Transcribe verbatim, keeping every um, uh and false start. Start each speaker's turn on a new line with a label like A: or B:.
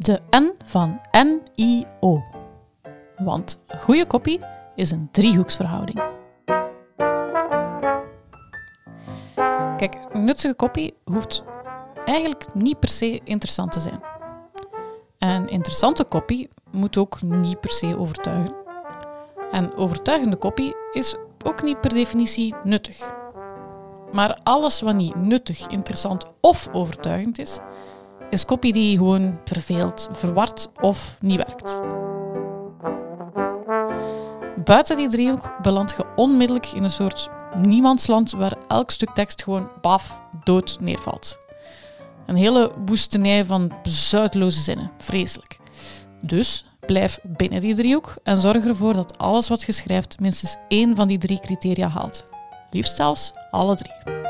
A: De N van N I O. Want goede copy is een driehoeksverhouding. Kijk, nuttige copy hoeft eigenlijk niet per se interessant te zijn. En interessante copy moet ook niet per se overtuigen. En overtuigende copy is ook niet per definitie nuttig. Maar alles wat niet nuttig, interessant of overtuigend is, is copy die gewoon verveelt, verward of niet werkt. Buiten die driehoek beland je onmiddellijk in een soort niemandsland waar elk stuk tekst gewoon baf, dood neervalt. Een hele woestenij van bezuidloze zinnen. Vreselijk. Dus blijf binnen die driehoek en zorg ervoor dat alles wat je schrijft minstens één van die drie criteria haalt. Liefst zelfs alle drie.